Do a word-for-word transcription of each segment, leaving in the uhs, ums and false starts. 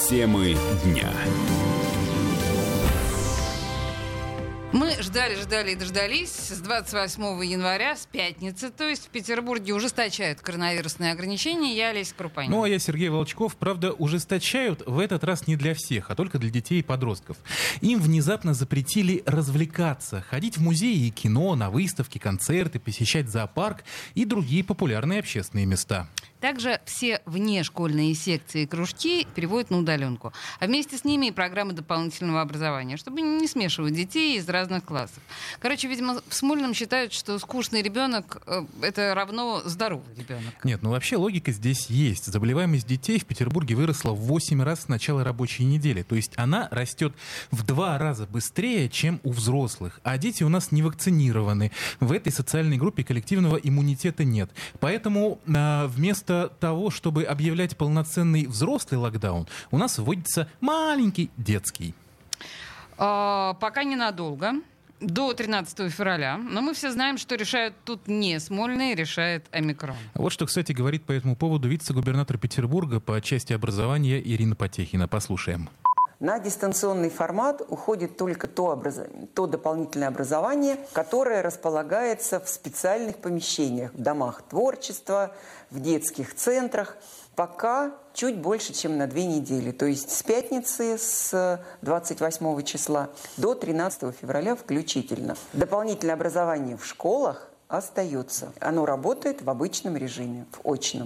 Темы дня. Мы ждали, ждали и дождались. С двадцать восьмого января, с пятницы, то есть в Петербурге ужесточают коронавирусные ограничения. Я Олеся Крупанина. Ну, а я Сергей Волчков. Правда, ужесточают в этот раз не для всех, а только для детей и подростков. Им внезапно запретили развлекаться, ходить в музеи и кино, на выставки, концерты, посещать зоопарк и другие популярные общественные места. Также все внешкольные секции и кружки переводят на удаленку. А вместе с ними и программы дополнительного образования, чтобы не смешивать детей из разных классов. Короче, видимо, в Смольном считают, что скучный ребенок э, — это равно здоровый ребенок. Нет, ну вообще логика здесь есть. Заболеваемость детей в Петербурге выросла в восемь раз с начала рабочей недели. То есть она растет в два раза быстрее, чем у взрослых. А дети у нас не вакцинированы. В этой социальной группе коллективного иммунитета нет. Поэтому э, вместо того, чтобы объявлять полноценный взрослый локдаун, у нас вводится маленький детский. А, пока ненадолго, до тринадцатого февраля. Но мы все знаем, что решают тут не Смольный, решает омикрон. Вот что, кстати, говорит по этому поводу вице-губернатор Петербурга по части образования Ирина Потехина. Послушаем. На дистанционный формат уходит только то, образ... то дополнительное образование, которое располагается в специальных помещениях, в домах творчества, в детских центрах. Пока чуть больше, чем на две недели. То есть с пятницы, с двадцать восьмого числа до тринадцатого февраля включительно. Дополнительное образование в школах остается. Оно работает в обычном режиме, в очном.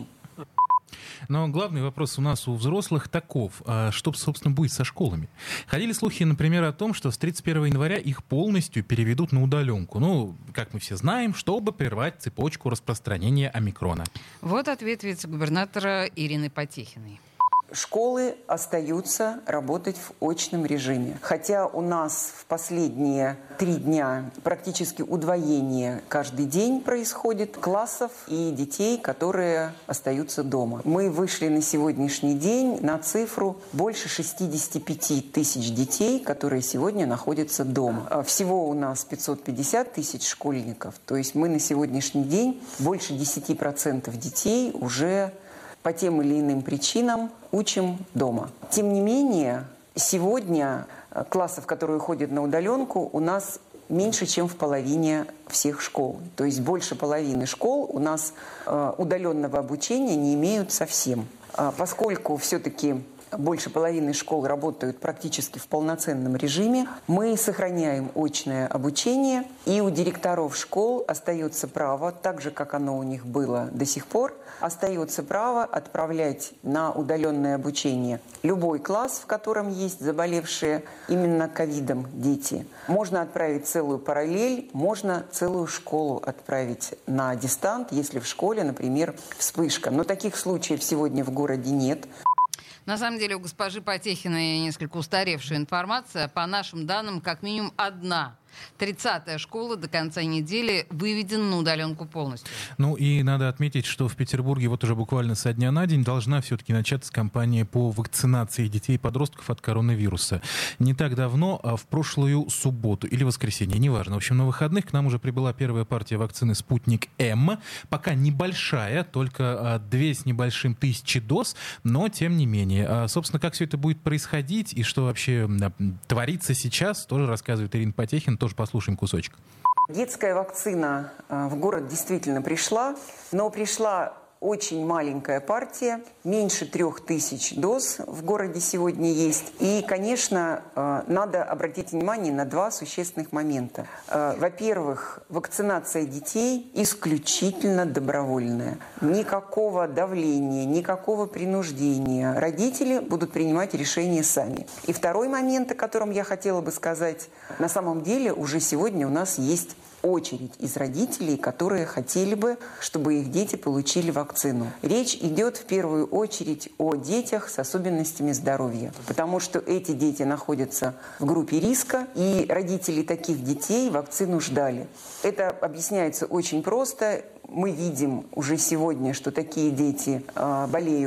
Но главный вопрос у нас у взрослых таков. А что, собственно, будет со школами? Ходили слухи, например, о том, что с тридцать первого января их полностью переведут на удаленку. Ну, как мы все знаем, чтобы прервать цепочку распространения омикрона. Вот ответ вице-губернатора Ирины Потехиной. Школы остаются работать в очном режиме. Хотя у нас в последние три дня практически удвоение каждый день происходит классов и детей, которые остаются дома. Мы вышли на сегодняшний день на цифру больше шестьдесят пять тысяч детей, которые сегодня находятся дома. Всего у нас пятьсот пятьдесят тысяч школьников. То есть мы на сегодняшний день больше десять процентов детей уже по тем или иным причинам учим дома. Тем не менее, сегодня классов, которые ходят на удаленку, у нас меньше, чем в половине всех школ. То есть больше половины школ у нас э, удаленного обучения не имеют совсем. А поскольку все-таки больше половины школ работают практически в полноценном режиме, мы сохраняем очное обучение, и у директоров школ остается право, так же, как оно у них было до сих пор, остается право отправлять на удаленное обучение любой класс, в котором есть заболевшие именно ковидом дети. Можно отправить целую параллель, можно целую школу отправить на дистант, если в школе, например, вспышка. Но таких случаев сегодня в городе нет. На самом деле у госпожи Потехиной несколько устаревшая информация. По нашим данным, как минимум одна тридцатая школа до конца недели выведена на удаленку полностью. Ну и надо отметить, что в Петербурге вот уже буквально со дня на день должна все-таки начаться кампания по вакцинации детей и подростков от коронавируса. Не так давно, а в прошлую субботу или воскресенье, неважно. В общем, на выходных к нам уже прибыла первая партия вакцины «Спутник-М». Пока небольшая, только две с небольшим тысячи доз, но тем не менее. А, собственно, как все это будет происходить и что вообще творится сейчас, тоже рассказывает Ирина Потехина. Тоже послушаем кусочек. Детская вакцина в город действительно пришла, но пришла очень маленькая партия, меньше трех тысяч доз в городе сегодня есть. И, конечно, надо обратить внимание на два существенных момента. Во-первых, вакцинация детей исключительно добровольная. Никакого давления, никакого принуждения. Родители будут принимать решения сами. И второй момент, о котором я хотела бы сказать, на самом деле уже сегодня у нас есть очередь из родителей, которые хотели бы, чтобы их дети получили вакцину. Речь идет в первую очередь о детях с особенностями здоровья, потому что эти дети находятся в группе риска, и родители таких детей вакцину ждали. Это объясняется очень просто. Мы видим уже сегодня, что такие дети э, болеют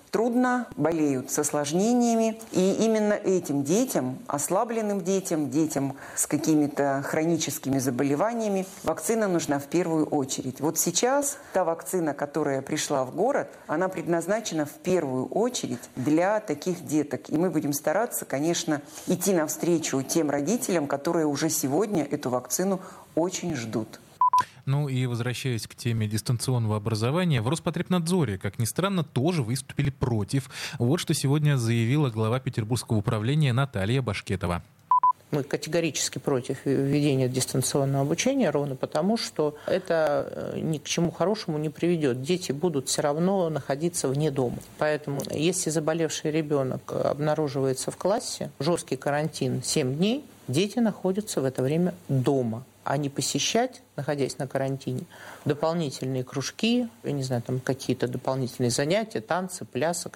трудно, болеют с осложнениями. И именно этим детям, ослабленным детям, детям с какими-то хроническими заболеваниями, вакцина нужна в первую очередь. Вот сейчас та вакцина, которая пришла в город, она предназначена в первую очередь для таких деток. И мы будем стараться, конечно, идти навстречу тем родителям, которые уже сегодня эту вакцину очень ждут. Ну и возвращаясь к теме дистанционного образования, в Роспотребнадзоре, как ни странно, тоже выступили против. Вот что сегодня заявила глава Петербургского управления Наталья Башкетова. Мы категорически против введения дистанционного обучения, ровно потому, что это ни к чему хорошему не приведет. Дети будут все равно находиться вне дома. Поэтому, если заболевший ребенок обнаруживается в классе, жесткий карантин семь дней, дети находятся в это время дома, а не посещать, находясь на карантине, дополнительные кружки, я не знаю, там какие-то дополнительные занятия, танцы, плясок,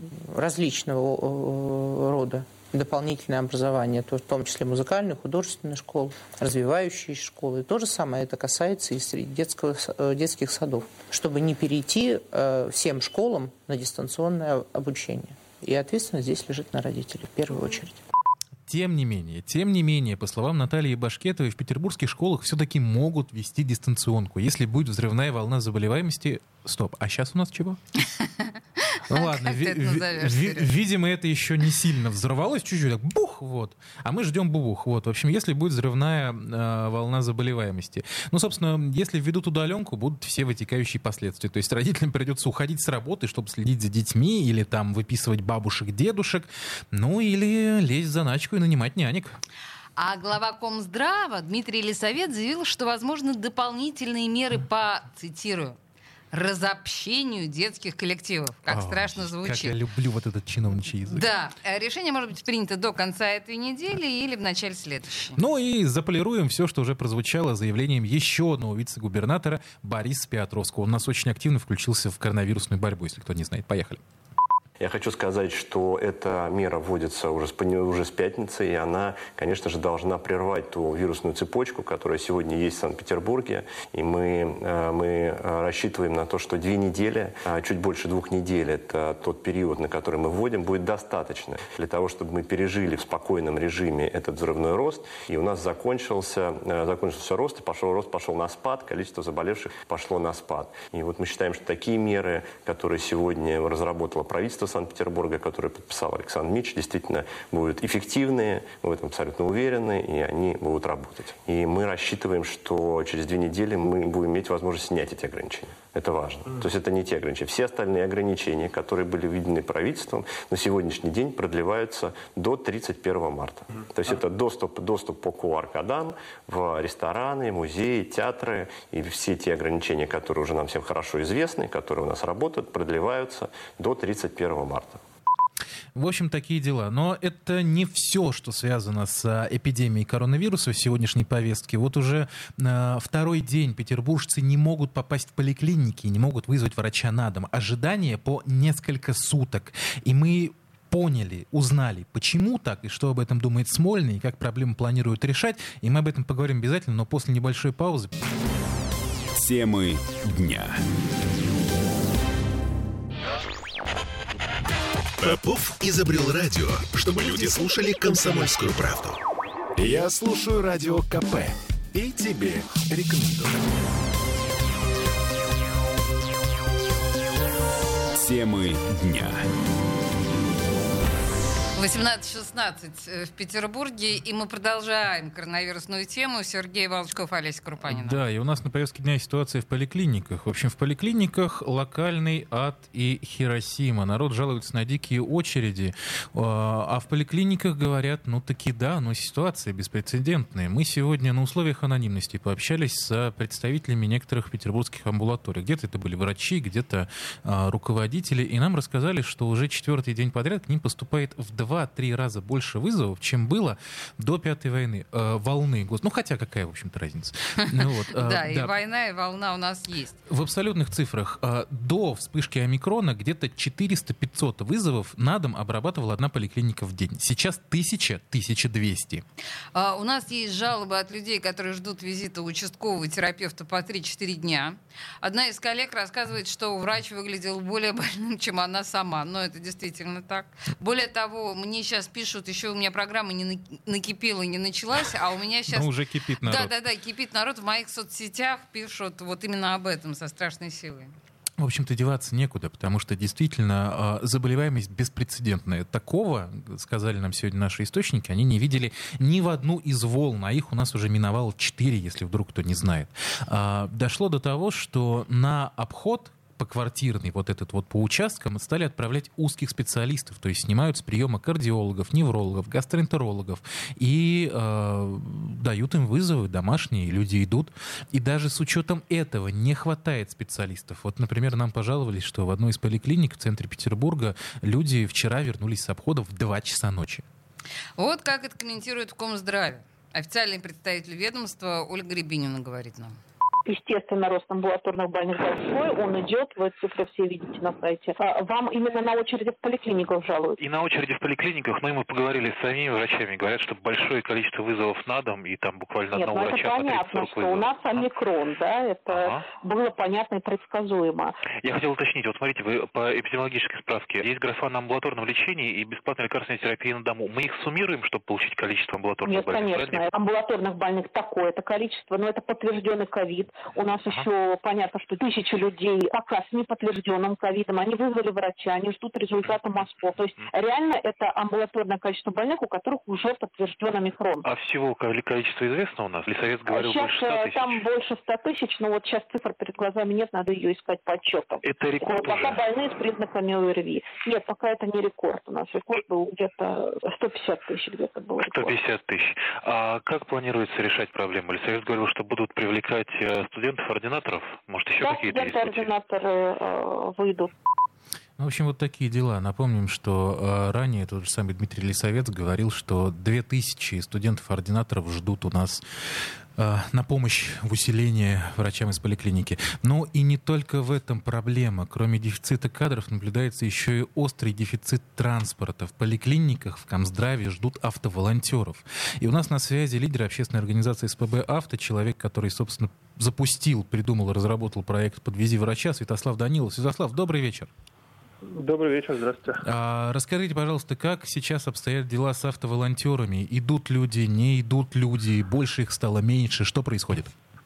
различного рода дополнительное образование, то в том числе музыкальные, художественные школы, развивающиеся школы. И то же самое это касается и среди детского, детских садов, чтобы не перейти э, всем школам на дистанционное обучение. И ответственность здесь лежит на родителей в первую очередь. Тем не менее, тем не менее, по словам Натальи Башкетовой, в петербургских школах все-таки могут вести дистанционку, если будет взрывная волна заболеваемости. Стоп, а сейчас у нас чего? Ну ладно, ви- ви- видимо, это еще не сильно взорвалось, чуть-чуть так бух, вот. А мы ждем бубух, вот. В общем, если будет взрывная э, волна заболеваемости. Ну, собственно, если введут удаленку, будут все вытекающие последствия. То есть родителям придется уходить с работы, чтобы следить за детьми, или там выписывать бабушек, дедушек, ну, или лезть в заначку и нанимать нянек. А глава Комздрава Дмитрий Елисавет заявил, что возможны дополнительные меры по, цитирую, разобщению детских коллективов. Как О, страшно звучит. Как я люблю вот этот чиновничий язык. Да. Решение может быть принято до конца этой недели или в начале следующей. Ну и заполируем все, что уже прозвучало заявлением еще одного вице-губернатора Бориса Петровского. Он у нас очень активно включился в коронавирусную борьбу, если кто не знает. Поехали. Я хочу сказать, что эта мера вводится уже с, уже с пятницы, и она, конечно же, должна прервать ту вирусную цепочку, которая сегодня есть в Санкт-Петербурге. И мы, мы рассчитываем на то, что две недели, чуть больше двух недель, это тот период, на который мы вводим, будет достаточно для того, чтобы мы пережили в спокойном режиме этот взрывной рост. И у нас закончился, закончился рост, и пошел рост пошел на спад, количество заболевших пошло на спад. И вот мы считаем, что такие меры, которые сегодня разработало правительство Санкт-Петербурга, который подписал Александр Мич, действительно будут эффективные, мы в этом абсолютно уверены, и они будут работать. И мы рассчитываем, что через две недели мы будем иметь возможность снять эти ограничения. Это важно. Mm. То есть это не те ограничения. Все остальные ограничения, которые были введены правительством, на сегодняшний день продлеваются до тридцать первого марта. Mm. То есть mm. это доступ, доступ по ку ар-кодам в рестораны, музеи, театры, и все те ограничения, которые уже нам всем хорошо известны, которые у нас работают, продлеваются до тридцать первого марта. В общем, такие дела. Но это не все, что связано с эпидемией коронавируса в сегодняшней повестке. Вот уже э, второй день петербуржцы не могут попасть в поликлиники, не могут вызвать врача на дом. Ожидание по несколько суток. И мы поняли, узнали, почему так, и что об этом думает Смольный, и как проблему планируют решать. И мы об этом поговорим обязательно, но после небольшой паузы. Темы дня. Попов изобрел радио, чтобы люди слушали «Комсомольскую правду». Я слушаю радио ка пэ и тебе рекомендую. Темы дня. восемнадцать шестнадцать в Петербурге, и мы продолжаем коронавирусную тему. Сергей Волчков, Олеся Крупанина. Да, и у нас на повестке дня ситуация в поликлиниках. В общем, в поликлиниках локальный ад и Хиросима. Народ жалуется на дикие очереди, а в поликлиниках говорят, ну таки да, но ситуация беспрецедентная. Мы сегодня на условиях анонимности пообщались с представителями некоторых петербургских амбулаторий. Где-то это были врачи, где-то а, руководители, и нам рассказали, что уже четвертый день подряд к ним поступает в два два-три раза больше вызовов, чем было до пятой войны, э, волны. Ну, хотя какая, в общем-то, разница. Да, и война, и волна у нас есть. В абсолютных цифрах до вспышки омикрона где-то четыреста-пятьсот вызовов на дом обрабатывала одна поликлиника в день. Сейчас тысяча - тысяча двести. У нас есть жалобы от людей, которые ждут визита участкового терапевта по три-четыре дня. Одна из коллег рассказывает, что врач выглядел более больным, чем она сама. Но это действительно так. Более того, мне сейчас пишут, еще у меня программа не накипела, не началась, а у меня сейчас... Ну, уже кипит народ. Да-да-да, кипит народ. В моих соцсетях пишут вот именно об этом со страшной силой. В общем-то, деваться некуда, потому что действительно заболеваемость беспрецедентная. Такого, сказали нам сегодня наши источники, они не видели ни в одну из волн, а их у нас уже миновало четыре, если вдруг кто не знает. Дошло до того, что на обход поквартирный, вот этот вот по участкам, стали отправлять узких специалистов, то есть снимают с приема кардиологов, неврологов, гастроэнтерологов и э, дают им вызовы домашние, люди идут. И даже с учетом этого не хватает специалистов. Вот, например, нам пожаловались, что в одной из поликлиник в центре Петербурга люди вчера вернулись с обходов в два часа ночи. Вот как это комментирует в Комздраве. Официальный представитель ведомства Ольга Рябинина говорит нам. Естественно, рост амбулаторных больных большой, он идет, вы цифры все видите на сайте. А вам именно на очереди в поликлиниках жалуют? И на очереди в поликлиниках, но и мы поговорили с самими врачами, говорят, что большое количество вызовов на дом, и там буквально Нет, одного ну врача по тридцать-сорок вызовов. У нас омикрон, да, это ага. было понятно и предсказуемо. Я хотел уточнить, вот смотрите, вы по эпидемиологической справке, есть графа на амбулаторном лечении и бесплатной лекарственной терапии на дому. Мы их суммируем, чтобы получить количество амбулаторных Нет, больных? Нет, конечно, амбулаторных больных такое-то количество, но это подтвержденный ковид. У нас ага. еще понятно, что тысячи людей пока с неподтвержденным ковидом, они вызвали врача, они ждут результата мазков. То есть реально это амбулаторное количество больных, у которых уже подтвержден омикрон. А всего количество известно у нас? Лисовец говорил сейчас, больше ста тысяч. Там больше ста тысяч, но вот сейчас цифр перед глазами нет, надо ее искать по отчетам. Это рекорд это, уже? Пока больные с признаками ОРВИ. Нет, пока это не рекорд. У нас рекорд был где-то сто пятьдесят тысяч где-то был рекорд. сто пятьдесят тысяч. А как планируется решать проблему? Лисовец говорил, что будут привлекать студентов-ординаторов. Может, еще да, какие-то есть? Координаторы э, выйдут. В общем, вот такие дела. Напомним, что э, ранее тот же самый Дмитрий Лисовец говорил, что две тысячи студентов-ординаторов ждут у нас э, на помощь в усилении врачам из поликлиники. Но и не только в этом проблема. Кроме дефицита кадров наблюдается еще и острый дефицит транспорта. В поликлиниках, в Комздраве ждут автоволонтеров. И у нас на связи лидер общественной организации СПБ «Авто», человек, который, собственно, запустил, придумал и разработал проект «Подвези врача», Святослав Данилов. Святослав, добрый вечер. Добрый вечер, здравствуйте. А, расскажите, пожалуйста, как сейчас обстоят дела с автоволонтерами? Идут люди, не идут люди, больше их стало, меньше? Что происходит?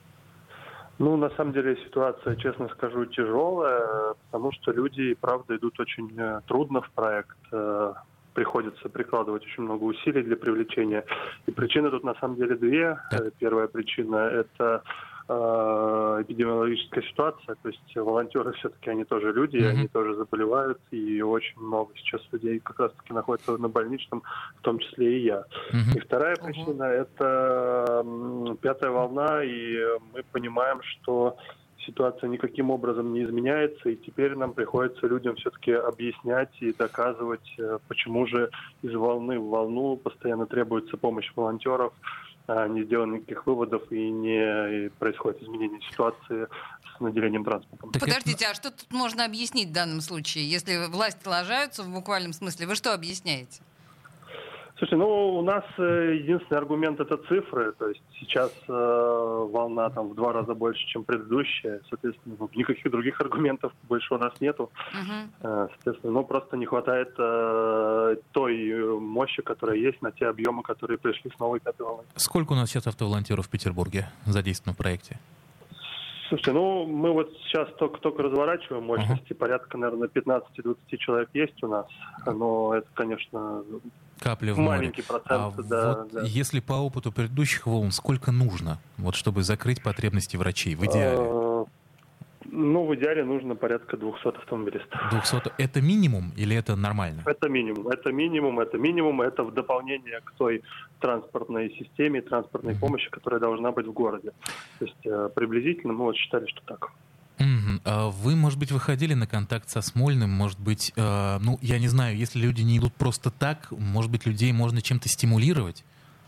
Ну, на самом деле ситуация, честно скажу, тяжелая, потому что люди, правда, идут очень трудно в проект. Приходится прикладывать очень много усилий для привлечения. И причины тут на самом деле две. Так. Первая причина – это эпидемиологическая ситуация, то есть волонтеры все-таки они тоже люди, mm-hmm. они тоже заболевают, и очень много сейчас людей как раз-таки находятся на больничном, в том числе и я. Mm-hmm. И вторая uh-huh. причина – это пятая волна, и мы понимаем, что ситуация никаким образом не изменяется, и теперь нам приходится людям все-таки объяснять и доказывать, почему же из волны в волну постоянно требуется помощь волонтеров, не сделано никаких выводов и не происходит изменение ситуации с наделением транспортом. Подождите, а что тут можно объяснить в данном случае? Если власти лажаются в буквальном смысле, вы что объясняете? Слушайте, ну у нас единственный аргумент — это цифры, то есть сейчас э, волна там в два раза больше, чем предыдущая, соответственно, никаких других аргументов больше у нас нету, uh-huh. э, соответственно, ну просто не хватает э, той мощи, которая есть на те объемы, которые пришли с новой пятой волны. Сколько у нас сейчас автоволонтеров в Петербурге задействовано в проекте? Слушайте, ну мы вот сейчас только-только разворачиваем мощности, uh-huh. порядка, наверное, пятнадцать-двадцать человек есть у нас, но это, конечно... Капля в маленький море. процент, а да, вот да. Если по опыту предыдущих волн, сколько нужно, вот, чтобы закрыть потребности врачей в идеале? Ну, в идеале нужно порядка двести автомобилистов. двести это минимум или это нормально? Это минимум. Это минимум, это минимум. Это в дополнение к той транспортной системе, транспортной mm-hmm. помощи, которая должна быть в городе. То есть приблизительно мы вот считали, что так. Mm-hmm. Угу. А вы, может быть, выходили на контакт со Смольным? Может быть, э, ну, я не знаю, если люди не идут просто так, может быть, людей можно чем-то стимулировать?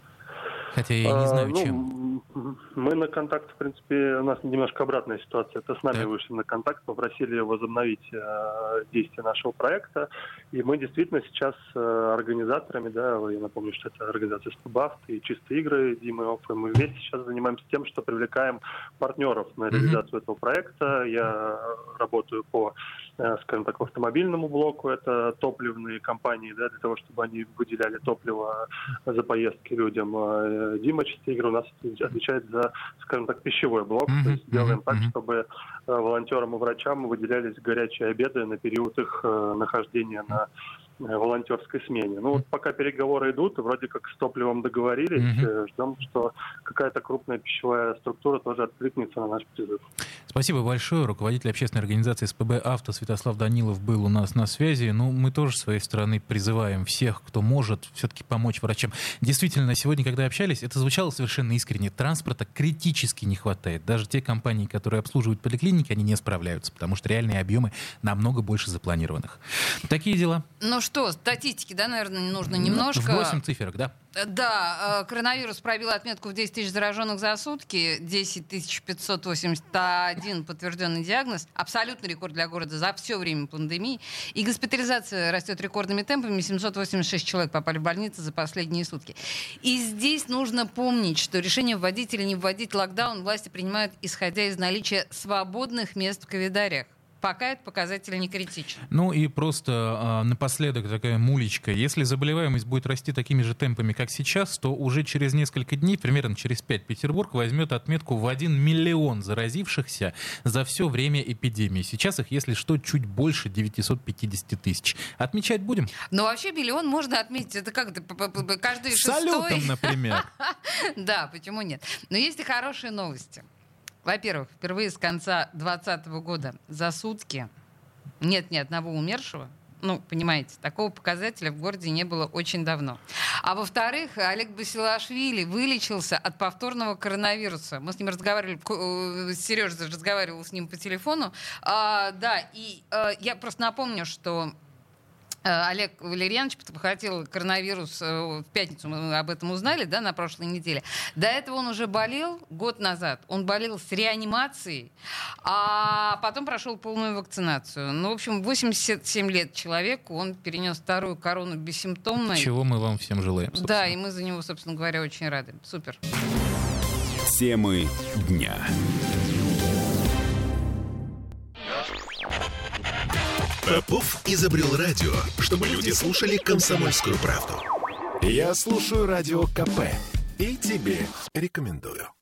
Хотя я не знаю, а, ну, чем. Мы на контакт, в принципе, у нас немножко обратная ситуация. Это с нами так. вышли на контакт, попросили возобновить э, действие нашего проекта. И мы действительно сейчас э, организаторами, да, я напомню, что это организация СПБАФТ и «Чистые игры» Димы Оффа. Мы вместе сейчас занимаемся тем, что привлекаем партнеров на реализацию mm-hmm. этого проекта. Я работаю по, э, скажем так, автомобильному блоку. Это топливные компании, да, для того, чтобы они выделяли топливо за поездки людям. Дима «Чистые игры» у нас отвечает за, скажем так, пищевой блок. Mm-hmm. То есть делаем mm-hmm. так, чтобы волонтерам и врачам выделялись горячие обеды на период их нахождения на волонтерской смене. Ну вот пока переговоры идут, вроде как с топливом договорились, mm-hmm. ждем, что какая-то крупная пищевая структура тоже откликнется на наш призыв. Спасибо большое. Руководитель общественной организации СПБ «Авто» Святослав Данилов был у нас на связи. Ну, мы тоже с своей стороны призываем всех, кто может, все-таки помочь врачам. Действительно, сегодня, когда общались, это звучало совершенно искренне. Транспорта критически не хватает. Даже те компании, которые обслуживают поликлиники, они не справляются, потому что реальные объемы намного больше запланированных. Такие дела. Ну что, статистики, да, наверное, нужно немножко. В восемь циферок, да? Да, коронавирус пробил отметку в десять тысяч зараженных за сутки, десять тысяч пятьсот восемьдесят один подтвержденный диагноз. Абсолютный рекорд для города за все время пандемии. И госпитализация растет рекордными темпами. семьсот восемьдесят шесть человек попали в больницы за последние сутки. И здесь нужно помнить, что решение вводить или не вводить локдаун власти принимают, исходя из наличия свободных мест в ковидариях. Пока этот показатель не критичен. Ну и просто э, напоследок такая мулечка. Если заболеваемость будет расти такими же темпами, как сейчас, то уже через несколько дней, примерно через пять, Петербург возьмет отметку в один миллион заразившихся за все время эпидемии. Сейчас их, если что, чуть больше девятьсот пятьдесят тысяч. Отмечать будем? Но вообще миллион можно отметить. Это как-то каждый шестой. Салютом, например. Да, почему нет? Но есть и хорошие новости. Во-первых, впервые с конца двадцатого года за сутки нет ни одного умершего. Ну, понимаете, такого показателя в городе не было очень давно. А во-вторых, Олег Басилашвили вылечился от повторного коронавируса. Мы с ним разговаривали, Сережа разговаривал с ним по телефону. А, да, и а, я просто напомню, что Олег Валерьянович подхватил коронавирус в пятницу, мы об этом узнали, да, на прошлой неделе. До этого он уже болел год назад. Он болел с реанимацией, а потом прошел полную вакцинацию. Ну, в общем, восемьдесят семь лет человеку, он перенес вторую корону бессимптомно. Чего мы вам всем желаем, собственно. Да, и мы за него, собственно говоря, очень рады. Супер. Темы дня. Попов изобрел радио, чтобы люди слушали «Комсомольскую правду». Я слушаю радио КП и тебе рекомендую.